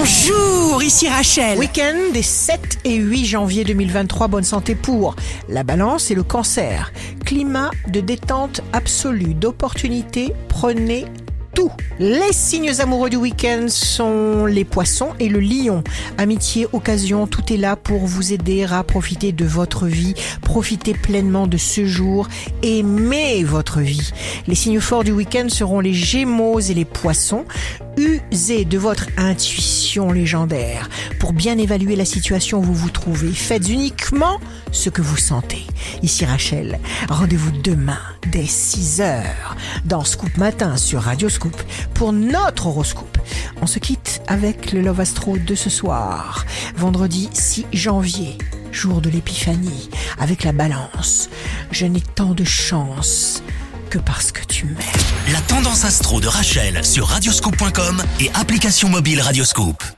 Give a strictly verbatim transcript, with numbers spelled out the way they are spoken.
Bonjour, ici Rachel. Week-end des sept et huit janvier deux mille vingt-trois, bonne santé pour la balance et le cancer. Climat de détente absolue, d'opportunité, prenez tout. Les signes amoureux du week-end sont les poissons et le lion. Amitié, occasion, tout est là pour vous aider à profiter de votre vie. Profitez pleinement de ce jour. Aimez votre vie. Les signes forts du week-end seront les gémeaux et les poissons. Usez de votre intuition légendaire pour bien évaluer la situation où vous vous trouvez. Faites uniquement ce que vous sentez. Ici Rachel, rendez-vous demain dès six heures dans Scoop Matin sur Radio Scoop pour notre horoscope. On se quitte avec le Love Astro de ce soir, vendredi six janvier, jour de l'épiphanie, avec la balance. Je n'ai tant de chance que parce que tu m'aimes. La tendance astro de Rachel sur radioscoop point com et application mobile Radioscoop.